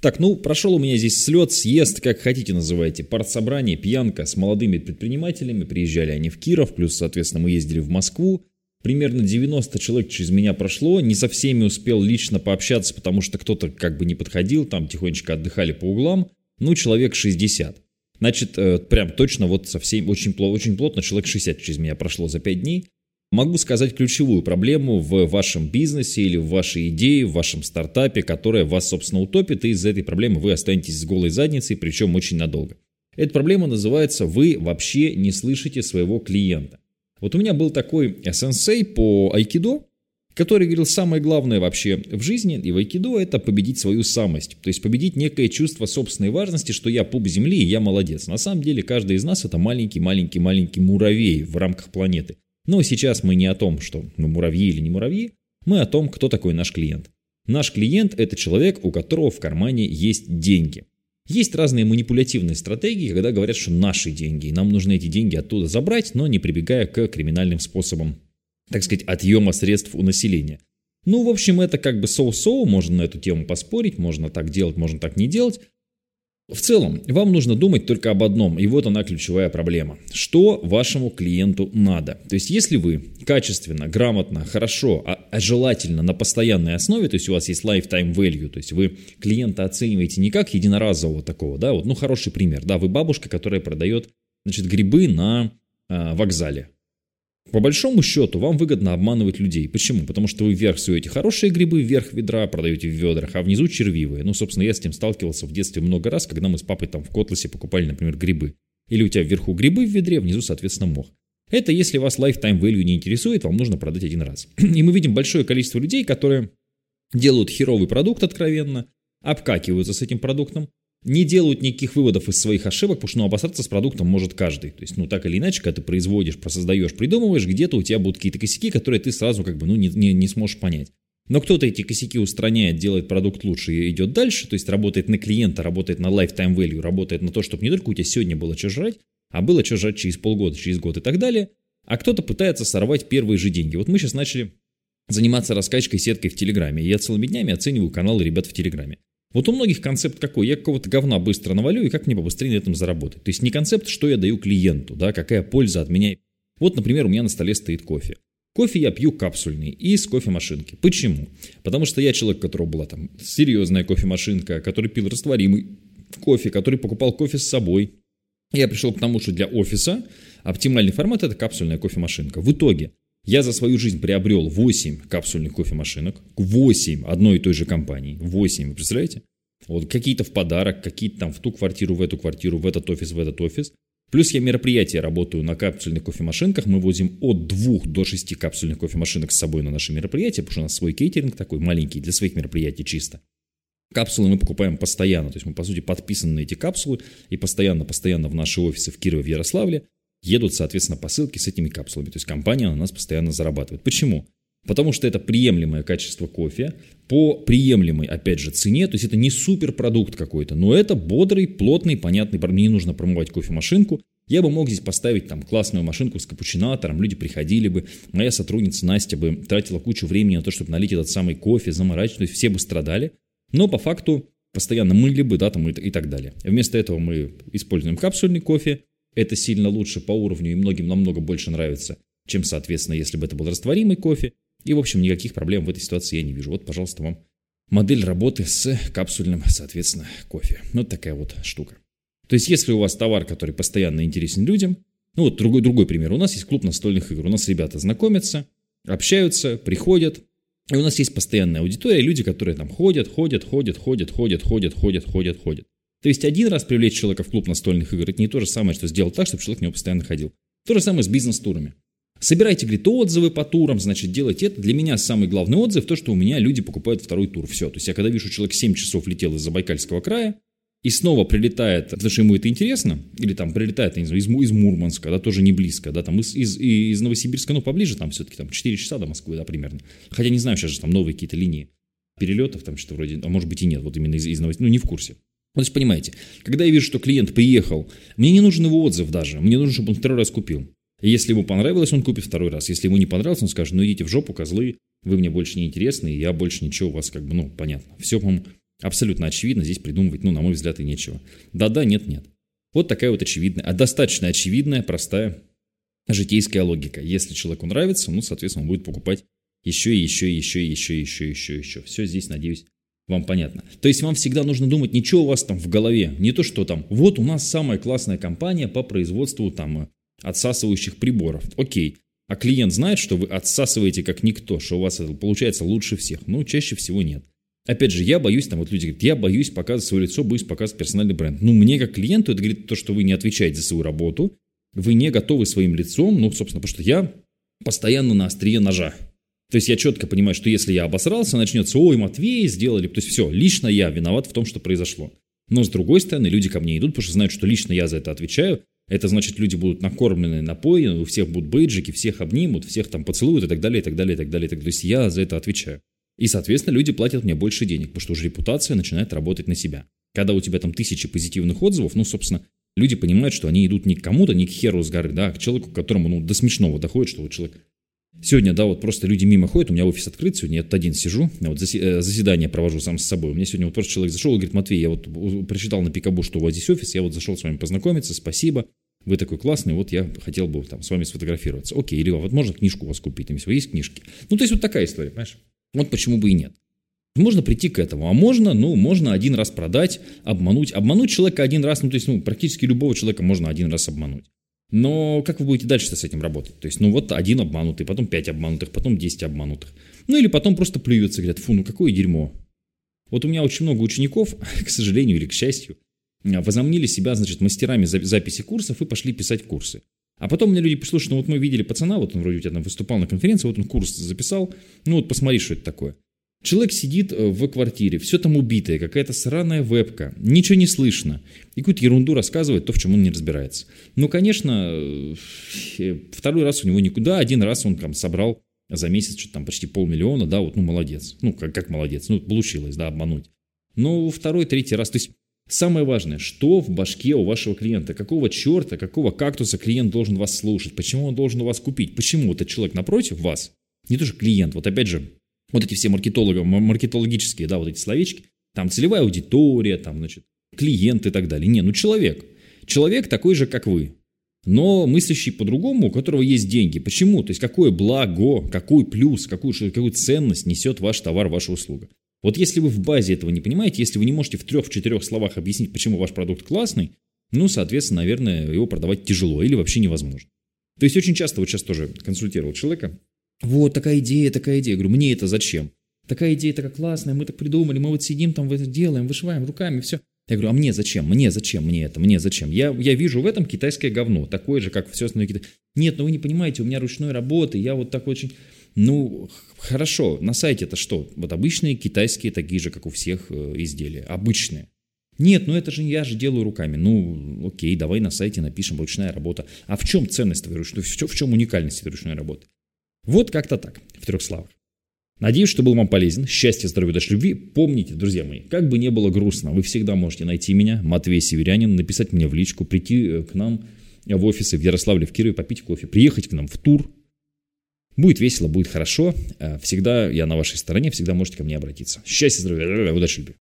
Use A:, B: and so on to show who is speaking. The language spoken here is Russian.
A: Так, ну, прошел у меня здесь слет, съезд, как хотите называйте, партсобрание, пьянка с молодыми предпринимателями. Приезжали они в Киров, плюс, соответственно, мы ездили в Москву. Примерно 90 человек через меня прошло. Не со всеми успел лично пообщаться, потому что кто-то как бы не подходил, там тихонечко отдыхали по углам. Ну, человек 60. Значит, прям точно вот со всеми очень плотно человек 60 через меня прошло за 5 дней. Могу сказать ключевую проблему в вашем бизнесе или в вашей идее, в вашем стартапе, которая вас, собственно, утопит, и из-за этой проблемы вы останетесь с голой задницей, причем очень надолго. Эта проблема называется «Вы вообще не слышите своего клиента». Вот у меня был такой сенсей по айкидо, который говорил, самое главное вообще в жизни и в айкидо – это победить свою самость, то есть победить некое чувство собственной важности, что я пуп земли и я молодец. На самом деле каждый из нас – это маленький-маленький-маленький муравей в рамках планеты. Но сейчас мы не о том, что мы муравьи или не муравьи, мы о том, кто такой наш клиент. Наш клиент – это человек, у которого в кармане есть деньги. Есть разные манипулятивные стратегии, когда говорят, что наши деньги, и нам нужно эти деньги оттуда забрать, но не прибегая к криминальным способам, так сказать, отъема средств у населения. Ну, в общем, это как бы соу-соу, можно на эту тему поспорить, можно так делать, можно так не делать. В целом, вам нужно думать только об одном, и вот она ключевая проблема. Что вашему клиенту надо? То есть, если вы качественно, грамотно, хорошо, а желательно на постоянной основе, то есть у вас есть lifetime value, то есть вы клиента оцениваете не как единоразового такого, да, вот, ну, хороший пример, да, вы бабушка, которая продает, значит, грибы на вокзале. По большому счету, вам выгодно обманывать людей. Почему? Потому что вы вверх суете хорошие грибы, вверх ведра продаете в ведрах, а внизу червивые. Ну, собственно, я с этим сталкивался в детстве много раз, когда мы с папой там в Котласе покупали, например, грибы. Или у тебя вверху грибы в ведре, внизу, соответственно, мох. Это если вас lifetime value не интересует, вам нужно продать один раз. И мы видим большое количество людей, которые делают херовый продукт откровенно, обкакиваются с этим продуктом, не делают никаких выводов из своих ошибок, потому что обосраться с продуктом может каждый. То есть, так или иначе, когда ты производишь, просоздаешь, придумываешь, где-то у тебя будут какие-то косяки, которые ты сразу не сможешь понять. Но кто-то эти косяки устраняет, делает продукт лучше и идет дальше, то есть работает на клиента, работает на lifetime value, работает на то, чтобы не только у тебя сегодня было что жрать, а было что жрать через полгода, через год и так далее. А кто-то пытается сорвать первые же деньги. Вот мы сейчас начали заниматься раскачкой сеткой в Телеграме. И я целыми днями оцениваю каналы ребят в Телеграме. Вот у многих концепт какой? Я какого-то говна быстро навалю, и как мне побыстрее на этом заработать? То есть не концепт, что я даю клиенту, да, какая польза от меня. Вот, например, у меня на столе стоит кофе. Кофе я пью капсульный из кофемашинки. Почему? Потому что я человек, у которого была там серьезная кофемашинка, который пил растворимый кофе, который покупал кофе с собой. Я пришел к тому, что для офиса оптимальный формат – это капсульная кофемашинка. В итоге я за свою жизнь приобрел 8 капсульных кофемашинок, 8 одной и той же компании, 8, вы представляете? Вот какие-то в подарок, какие-то там в ту квартиру, в этот офис, в этот офис. Плюс я мероприятия работаю на капсульных кофемашинках, мы возим от 2 до 6 капсульных кофемашинок с собой на наши мероприятия, потому что у нас свой кейтеринг такой маленький для своих мероприятий чисто. Капсулы мы покупаем постоянно, то есть мы, по сути, подписаны на эти капсулы и постоянно в наши офисы в Кирове, в Ярославле едут, соответственно, посылки с этими капсулами. То есть компания на нас постоянно зарабатывает. Почему? Потому что это приемлемое качество кофе по приемлемой, опять же, цене. То есть это не суперпродукт какой-то, но это бодрый, плотный, понятный. Мне не нужно промывать кофемашинку. Я бы мог здесь поставить там классную машинку с капучинатором, люди приходили бы, моя сотрудница Настя бы тратила кучу времени на то, чтобы налить этот самый кофе, заморачивать, то есть все бы страдали. Но по факту постоянно мыли бы, да, там и так далее. Вместо этого мы используем капсульный кофе. Это сильно лучше по уровню и многим намного больше нравится, чем, соответственно, если бы это был растворимый кофе. И, в общем, никаких проблем в этой ситуации я не вижу. Вот, пожалуйста, вам модель работы с капсульным, соответственно, кофе. Вот такая вот штука. То есть, если у вас товар, который постоянно интересен людям, ну вот другой пример. У нас есть клуб настольных игр. У нас ребята знакомятся, общаются, приходят. И у нас есть постоянная аудитория, люди, которые там ходят. То есть один раз привлечь человека в клуб настольных игр, это не то же самое, что сделать так, чтобы человек в него постоянно ходил. То же самое с бизнес-турами. Собирайте, говорит, отзывы по турам, значит, делайте это. Для меня самый главный отзыв, то, что у меня люди покупают второй тур. Все. То есть я когда вижу, человек 7 часов летел из Забайкальского края и снова прилетает, потому что ему это интересно, или там прилетает, я не знаю, из Мурманска, да, тоже не близко, да, там из Новосибирска, ну, поближе, там все-таки там 4 часа до Москвы, да, примерно. Хотя не знаю, сейчас же там новые какие-то линии перелетов, там что-то вроде, а может быть и нет, вот именно из Новосибирска, ну, не в курсе. То есть, понимаете, когда я вижу, что клиент приехал, мне не нужен его отзыв даже, мне нужно, чтобы он второй раз купил. И если ему понравилось, он купит второй раз. Если ему не понравилось, он скажет, ну идите в жопу, козлы, вы мне больше не интересны, и я больше ничего у вас понятно. Все, по-моему, Абсолютно очевидно, здесь придумывать, на мой взгляд, и нечего. Да-да, нет-нет. Вот такая вот очевидная, достаточно очевидная, простая житейская логика. Если человеку нравится, соответственно, он будет покупать еще. Все здесь, надеюсь, вам понятно. То есть вам всегда нужно думать, ничего у вас там в голове. Не то, что там, вот у нас самая классная компания по производству там отсасывающих приборов. Окей. А клиент знает, что вы отсасываете как никто, что у вас это получается лучше всех. Чаще всего нет. Опять же, я боюсь, люди говорят, я боюсь показывать свое лицо, боюсь показывать персональный бренд. Мне как клиенту это говорит то, что вы не отвечаете за свою работу, вы не готовы своим лицом, собственно, потому что я постоянно на острие ножа. То есть я четко понимаю, что если я обосрался, начнется, ой, Матвей сделали, то есть все, лично я виноват в том, что произошло. Но с другой стороны, люди ко мне идут, потому что знают, что лично я за это отвечаю. Это значит, люди будут накормлены, напоены, у всех будут бейджики, всех обнимут, всех там поцелуют и так далее, и так далее, и так далее. То есть я за это отвечаю. И, соответственно, люди платят мне больше денег, потому что уже репутация начинает работать на себя. Когда у тебя там 1000 позитивных отзывов, собственно, люди понимают, что они идут не к кому-то, не к херу с горы, а к человеку, к которому, до смешного доходит, что вот человек... Сегодня, просто люди мимо ходят, у меня офис открыт, сегодня я тут один сижу, заседание провожу сам с собой. У меня сегодня просто человек зашел и говорит, Матвей, я прочитал на Пикабу, что у вас здесь офис, я зашел с вами познакомиться, спасибо, вы такой классный, я хотел бы с вами сфотографироваться. Окей, или можно книжку у вас купить, если есть книжки. То есть вот такая история, понимаешь? Вот почему бы и нет. Можно прийти к этому, а можно, можно один раз продать, обмануть. Обмануть человека один раз, практически любого человека можно один раз обмануть. Но как вы будете дальше с этим работать? То есть, один обманутый, потом 5 обманутых, потом 10 обманутых. Или потом просто плюются, говорят, фу, какое дерьмо. Вот у меня очень много учеников, к сожалению или к счастью, возомнили себя, мастерами записи курсов и пошли писать курсы. А потом мне люди пришли, что мы видели пацана, он вроде у тебя там выступал на конференции, он курс записал, посмотри, что это такое. Человек сидит в квартире, все там убитое, какая-то сраная вебка, ничего не слышно. И какую-то ерунду рассказывает, то, в чем он не разбирается. Конечно, второй раз у него никуда, один раз он там собрал за месяц что-то там почти 500 000, молодец. Как молодец, получилось, обмануть. Но второй, третий раз, то есть самое важное, что в башке у вашего клиента, какого черта, какого кактуса клиент должен вас слушать, почему он должен у вас купить, почему этот человек напротив вас, не то что клиент, опять же, эти все маркетологические, эти словечки, там целевая аудитория, клиент и так далее. Человек. Человек такой же, как вы, но мыслящий по-другому, у которого есть деньги. Почему? То есть какое благо, какой плюс, какую ценность несет ваш товар, ваша услуга. Если вы в базе этого не понимаете, если вы не можете в 3-4 словах объяснить, почему ваш продукт классный, соответственно, наверное, его продавать тяжело или вообще невозможно. То есть очень часто, сейчас тоже консультировал человека, такая идея. Я говорю, мне это зачем? Такая идея такая классная, мы так придумали, мы сидим там, делаем, вышиваем руками, все. Я говорю, а мне зачем? Мне зачем? Я вижу в этом китайское говно, такое же, как все остальное китайское. Нет, вы не понимаете, у меня ручной работы, я так очень... хорошо, на сайте это что? Обычные китайские, такие же, как у всех изделия, обычные. Нет, это же я же делаю руками. Окей, давай на сайте напишем ручная работа. А в чем ценность твоей ручной, в чем уникальность твоей ручной работы? Вот как-то так, в 3 словах. Надеюсь, что был вам полезен. Счастья, здоровья, удачи, любви. Помните, друзья мои, как бы не было грустно, вы всегда можете найти меня, Матвей Северянин, написать мне в личку, прийти к нам в офисы в Ярославле, в Кирове, попить кофе, приехать к нам в тур. Будет весело, будет хорошо. Всегда я на вашей стороне, всегда можете ко мне обратиться. Счастья, здоровья, удачи, любви.